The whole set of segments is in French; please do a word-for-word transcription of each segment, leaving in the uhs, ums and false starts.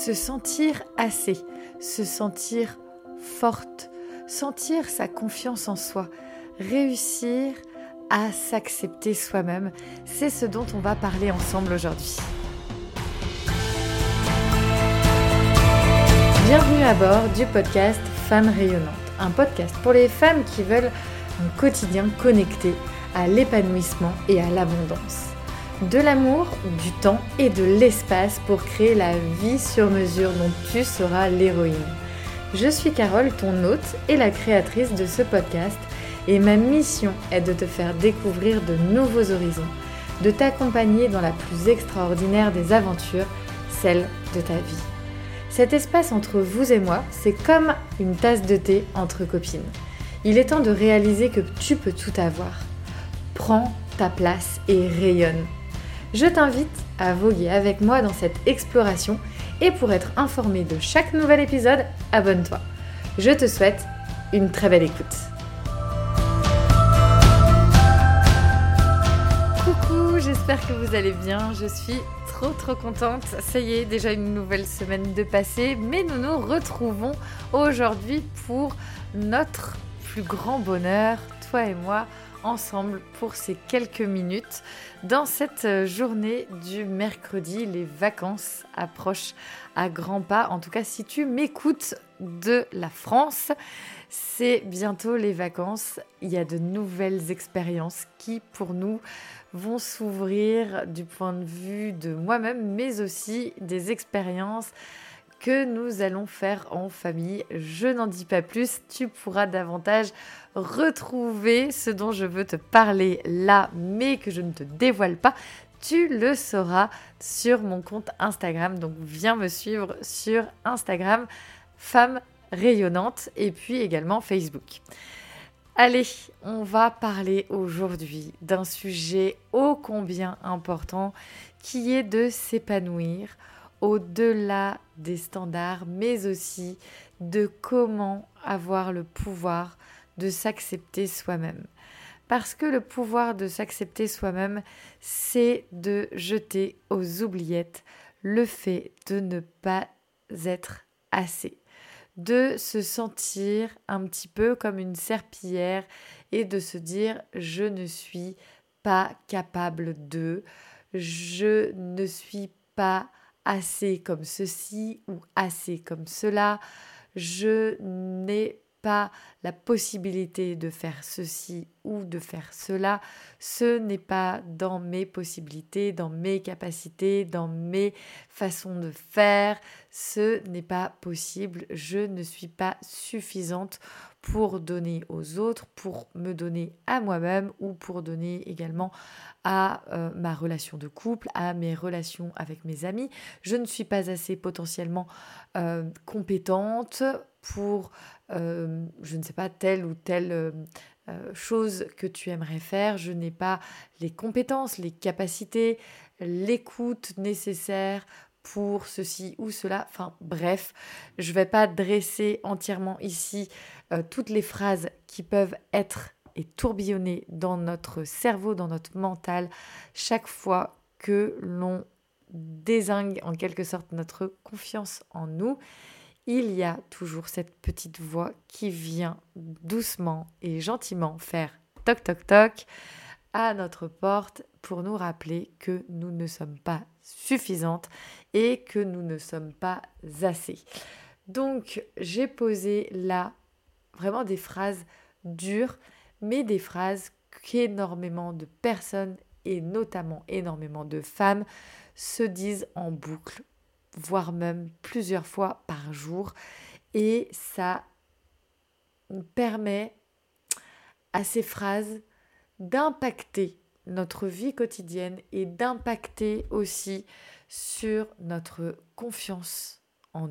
Se sentir assez, se sentir forte, sentir sa confiance en soi, réussir à s'accepter soi-même, c'est ce dont on va parler ensemble aujourd'hui. Bienvenue à bord du podcast Femmes rayonnantes, un podcast pour les femmes qui veulent un quotidien connecté à l'épanouissement et à l'abondance. De l'amour, du temps et de l'espace pour créer la vie sur mesure dont tu seras l'héroïne. Je suis Carole, ton hôte et la créatrice de ce podcast, et ma mission est de te faire découvrir de nouveaux horizons, de t'accompagner dans la plus extraordinaire des aventures, celle de ta vie. Cet espace entre vous et moi, c'est comme une tasse de thé entre copines. Il est temps de réaliser que tu peux tout avoir. Prends ta place et rayonne. Je t'invite à voguer avec moi dans cette exploration et pour être informé de chaque nouvel épisode, abonne-toi. Je te souhaite une très belle écoute. Coucou, j'espère que vous allez bien. Je suis trop trop contente. Ça y est, déjà une nouvelle semaine de passée, mais nous nous retrouvons aujourd'hui pour notre plus grand bonheur, toi et moi, ensemble pour ces quelques minutes. Dans cette journée du mercredi, les vacances approchent à grands pas. En tout cas, si tu m'écoutes de la France, c'est bientôt les vacances. Il y a de nouvelles expériences qui, pour nous, vont s'ouvrir du point de vue de moi-même, mais aussi des expériences que nous allons faire en famille. Je n'en dis pas plus, tu pourras davantage retrouver ce dont je veux te parler là, mais que je ne te dévoile pas. Tu le sauras sur mon compte Instagram, donc viens me suivre sur Instagram, Femmes rayonnantes, et puis également Facebook. Allez, on va parler aujourd'hui d'un sujet ô combien important qui est de s'épanouir au-delà des standards, mais aussi de comment avoir le pouvoir de s'accepter soi-même. Parce que le pouvoir de s'accepter soi-même, c'est de jeter aux oubliettes le fait de ne pas être assez, de se sentir un petit peu comme une serpillière et de se dire « je ne suis pas capable de, je ne suis pas assez comme ceci ou assez comme cela, je n'ai pas la possibilité de faire ceci ou de faire cela, ce n'est pas dans mes possibilités, dans mes capacités, dans mes façons de faire, ce n'est pas possible, je ne suis pas suffisante pour donner aux autres, pour me donner à moi-même ou pour donner également à euh, ma relation de couple, à mes relations avec mes amis. Je ne suis pas assez potentiellement euh, compétente pour, euh, je ne sais pas, telle ou telle euh, euh, chose que tu aimerais faire. Je n'ai pas les compétences, les capacités, l'écoute nécessaire pour ceci ou cela. Enfin bref, je ne vais pas dresser entièrement ici euh, toutes les phrases qui peuvent être et tourbillonner dans notre cerveau, dans notre mental, chaque fois que l'on dézingue en quelque sorte notre confiance en nous. Il y a toujours cette petite voix qui vient doucement et gentiment faire toc toc toc à notre porte pour nous rappeler que nous ne sommes pas suffisantes et que nous ne sommes pas assez. Donc, j'ai posé là vraiment des phrases dures, mais des phrases qu'énormément de personnes et notamment énormément de femmes se disent en boucle, voire même plusieurs fois par jour. Et ça permet à ces phrases d'impacter notre vie quotidienne et d'impacter aussi sur notre confiance en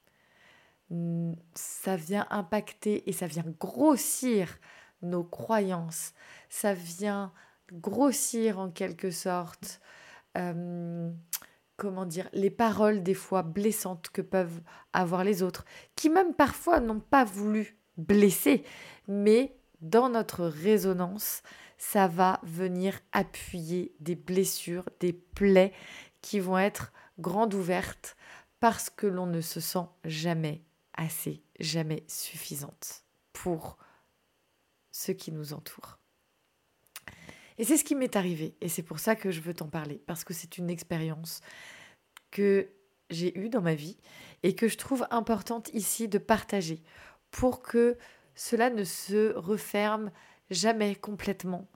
nous. Ça vient impacter et ça vient grossir nos croyances. Ça vient grossir en quelque sorte euh, comment dire, les paroles des fois blessantes que peuvent avoir les autres, qui même parfois n'ont pas voulu blesser, mais dans notre résonance, ça va venir appuyer des blessures, des plaies qui vont être grandes ouvertes parce que l'on ne se sent jamais assez, jamais suffisante pour ceux qui nous entourent. Et c'est ce qui m'est arrivé, et c'est pour ça que je veux t'en parler, parce que c'est une expérience que j'ai eue dans ma vie et que je trouve importante ici de partager pour que cela ne se referme jamais complètement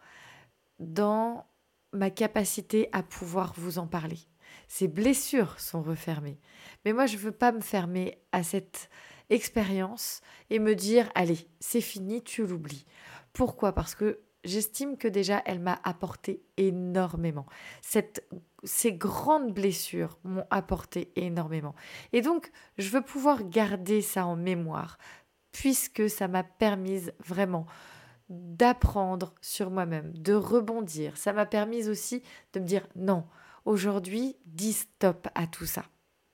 dans ma capacité à pouvoir vous en parler. Ces blessures sont refermées, mais moi je ne veux pas me fermer à cette expérience et me dire allez, c'est fini, tu l'oublies. Pourquoi ? Parce que j'estime que déjà, elle m'a apporté énormément. Cette, ces grandes blessures m'ont apporté énormément. Et donc, je veux pouvoir garder ça en mémoire, puisque ça m'a permis vraiment d'apprendre sur moi-même, de rebondir. Ça m'a permis aussi de me dire non, aujourd'hui, dis stop à tout ça.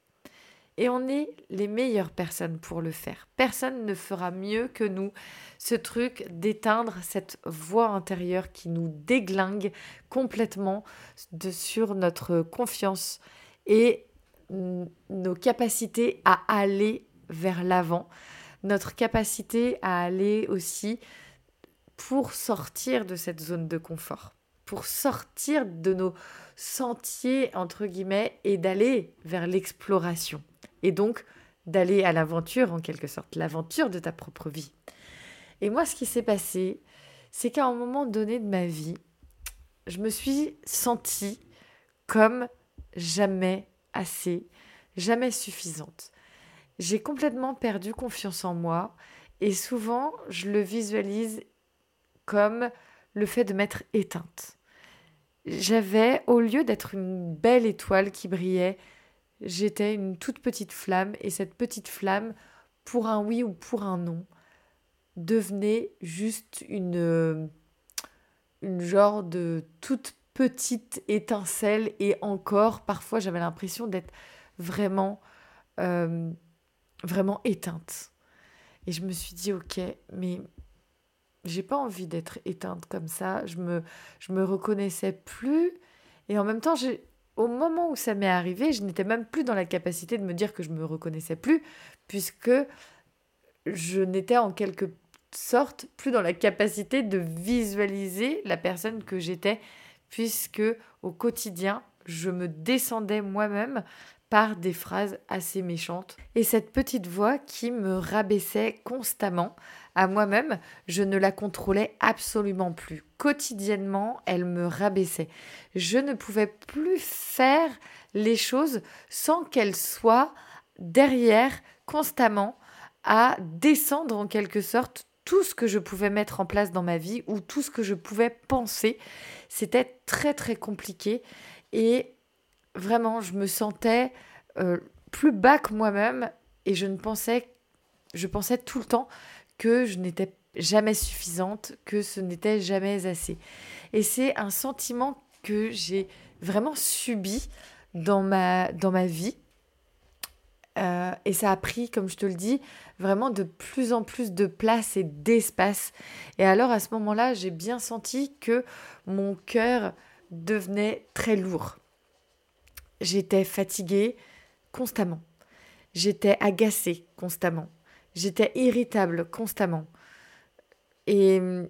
Et on est les meilleures personnes pour le faire. Personne ne fera mieux que nous ce truc d'éteindre cette voix intérieure qui nous déglingue complètement de, sur notre confiance et n- nos capacités à aller vers l'avant, notre capacité à aller aussi pour sortir de cette zone de confort, pour sortir de nos sentiers, entre guillemets, et d'aller vers l'exploration. Et donc, d'aller à l'aventure, en quelque sorte, l'aventure de ta propre vie. Et moi, ce qui s'est passé, c'est qu'à un moment donné de ma vie, je me suis sentie comme jamais assez, jamais suffisante. J'ai complètement perdu confiance en moi et souvent, je le visualise comme le fait de m'être éteinte. J'avais, au lieu d'être une belle étoile qui brillait, j'étais une toute petite flamme et cette petite flamme, pour un oui ou pour un non, devenait juste une, une genre de toute petite étincelle et encore, parfois j'avais l'impression d'être vraiment, euh, vraiment éteinte. Et je me suis dit, ok, mais j'ai pas envie d'être éteinte comme ça. Je me, je me reconnaissais plus. Et en même temps, j'ai, au moment où ça m'est arrivé, je n'étais même plus dans la capacité de me dire que je me reconnaissais plus, puisque je n'étais en quelque sorte plus dans la capacité de visualiser la personne que j'étais, puisque au quotidien, je me descendais moi-même par des phrases assez méchantes. Et cette petite voix qui me rabaissait constamment à moi-même, je ne la contrôlais absolument plus. Quotidiennement, elle me rabaissait. Je ne pouvais plus faire les choses sans qu'elle soit derrière constamment à descendre en quelque sorte tout ce que je pouvais mettre en place dans ma vie ou tout ce que je pouvais penser. C'était très très compliqué et vraiment je me sentais euh, plus bas que moi-même et je ne pensais, je pensais tout le temps que je n'étais jamais suffisante, que ce n'était jamais assez. Et c'est un sentiment que j'ai vraiment subi dans ma, dans ma vie. Euh, et ça a pris, comme je te le dis, vraiment de plus en plus de place et d'espace. Et alors, à ce moment-là, j'ai bien senti que mon cœur devenait très lourd. J'étais fatiguée constamment. J'étais agacée constamment. J'étais irritable constamment. Et hum,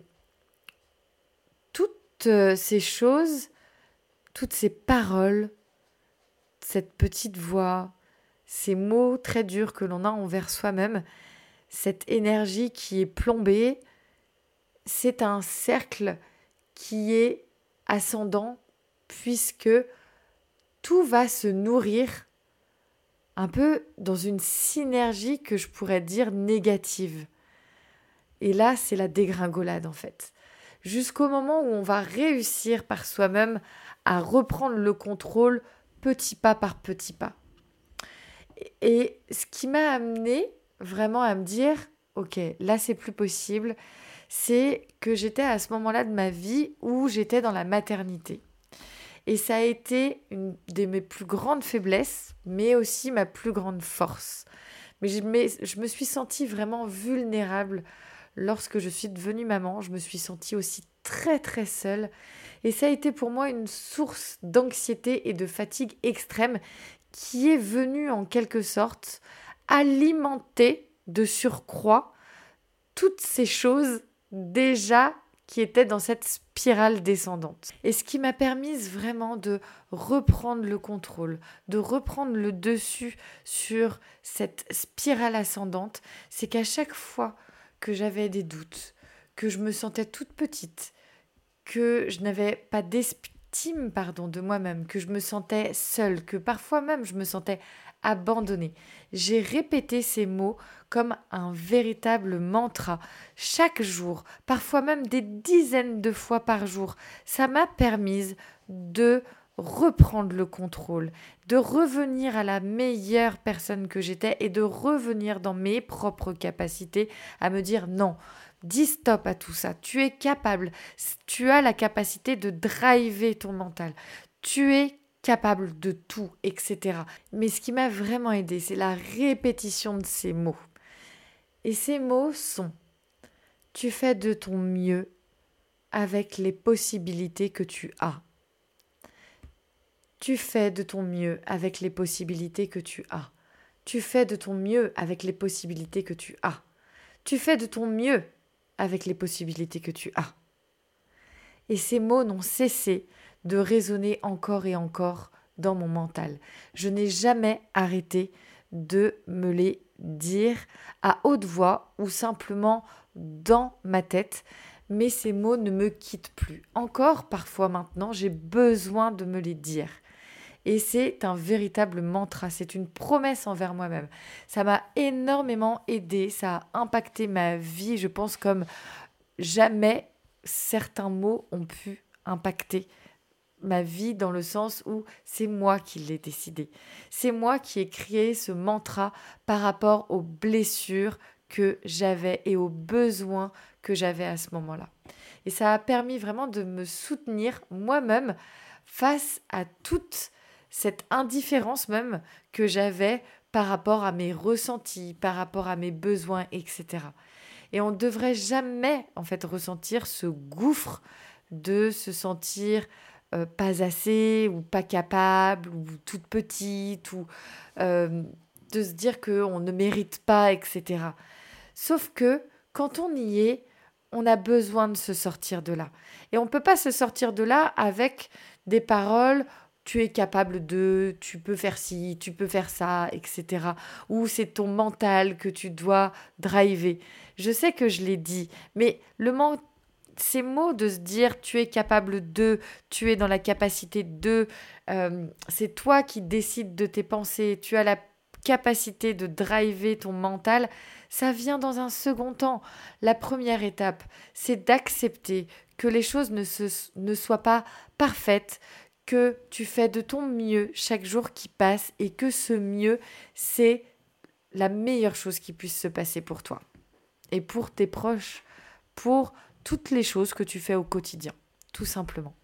toutes euh, ces choses, toutes ces paroles, cette petite voix, ces mots très durs que l'on a envers soi-même, cette énergie qui est plombée, c'est un cercle qui est ascendant puisque tout va se nourrir un peu dans une synergie que je pourrais dire négative. Et là, c'est la dégringolade en fait. Jusqu'au moment où on va réussir par soi-même à reprendre le contrôle petit pas par petit pas. Et ce qui m'a amené vraiment à me dire, ok, là c'est plus possible, c'est que j'étais à ce moment-là de ma vie où j'étais dans la maternité. Et ça a été une de mes plus grandes faiblesses, mais aussi ma plus grande force. Mais je, mais je me suis sentie vraiment vulnérable lorsque je suis devenue maman. Je me suis sentie aussi très très seule. Et ça a été pour moi une source d'anxiété et de fatigue extrême qui est venu en quelque sorte alimenter de surcroît toutes ces choses déjà qui étaient dans cette spirale descendante. Et ce qui m'a permis vraiment de reprendre le contrôle, de reprendre le dessus sur cette spirale ascendante, c'est qu'à chaque fois que j'avais des doutes, que je me sentais toute petite, que je n'avais pas d'estime pardon, de moi-même, que je me sentais seule, que parfois même je me sentais abandonnée. J'ai répété ces mots comme un véritable mantra chaque jour, parfois même des dizaines de fois par jour. Ça m'a permis de reprendre le contrôle, de revenir à la meilleure personne que j'étais et de revenir dans mes propres capacités à me dire non. Dis stop à tout ça, tu es capable, tu as la capacité de driver ton mental, tu es capable de tout, et cetera. Mais ce qui m'a vraiment aidé, c'est la répétition de ces mots. Et ces mots sont « tu fais de ton mieux avec les possibilités que tu as ». Tu fais de ton mieux avec les possibilités que tu as. Tu fais de ton mieux avec les possibilités que tu as. Tu fais de ton mieux avec les possibilités que tu as. Et ces mots n'ont cessé de résonner encore et encore dans mon mental. Je n'ai jamais arrêté de me les dire à haute voix ou simplement dans ma tête, mais ces mots ne me quittent plus. Encore parfois maintenant, j'ai besoin de me les dire. Et c'est un véritable mantra, c'est une promesse envers moi-même. Ça m'a énormément aidé, ça a impacté ma vie, je pense comme jamais certains mots ont pu impacter ma vie dans le sens où c'est moi qui l'ai décidé. C'est moi qui ai créé ce mantra par rapport aux blessures que j'avais et aux besoins que j'avais à ce moment-là. Et ça a permis vraiment de me soutenir moi-même face à toute cette indifférence même que j'avais par rapport à mes ressentis, par rapport à mes besoins, et cetera. Et on ne devrait jamais en fait ressentir ce gouffre de se sentir euh, pas assez ou pas capable ou toute petite ou euh, de se dire qu'on ne mérite pas, et cetera. Sauf que quand on y est, on a besoin de se sortir de là. Et on ne peut pas se sortir de là avec des paroles « tu es capable de, tu peux faire ci, tu peux faire ça, et cetera » ou c'est ton mental que tu dois driver. Je sais que je l'ai dit, mais le mental, ces mots de se dire tu es capable de, tu es dans la capacité de, euh, c'est toi qui décides de tes pensées, tu as la capacité de driver ton mental, ça vient dans un second temps. La première étape, c'est d'accepter que les choses ne, se, ne soient pas parfaites, que tu fais de ton mieux chaque jour qui passe et que ce mieux, c'est la meilleure chose qui puisse se passer pour toi et pour tes proches, pour toutes les choses que tu fais au quotidien, tout simplement.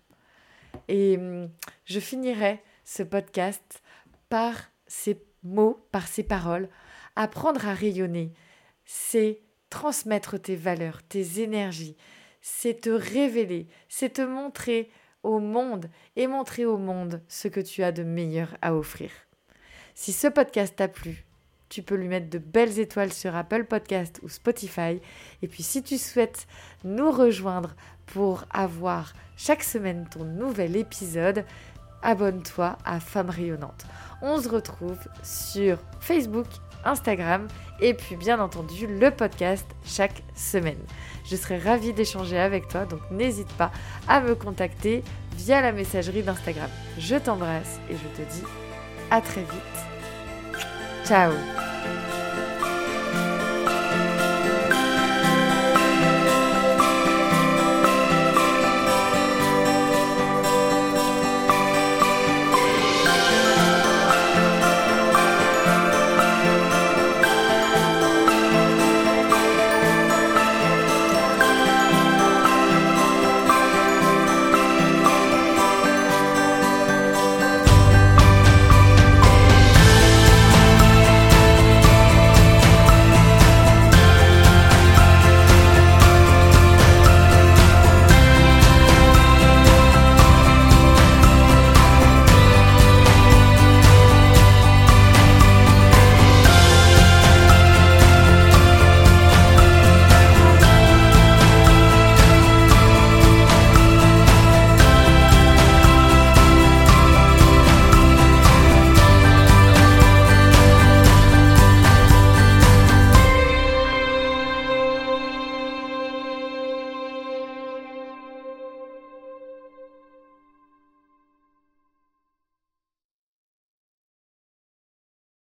Et je finirai ce podcast par ces mots, par ces paroles. Apprendre à rayonner, c'est transmettre tes valeurs, tes énergies, c'est te révéler, c'est te montrer au monde et montrer au monde ce que tu as de meilleur à offrir. Si ce podcast t'a plu, tu peux lui mettre de belles étoiles sur Apple Podcast ou Spotify. Et puis si tu souhaites nous rejoindre pour avoir chaque semaine ton nouvel épisode, abonne-toi à Femme Rayonnante. On se retrouve sur Facebook, Instagram et puis bien entendu le podcast chaque semaine. Je serai ravie d'échanger avec toi, donc n'hésite pas à me contacter via la messagerie d'Instagram. Je t'embrasse et je te dis à très vite. Ciao!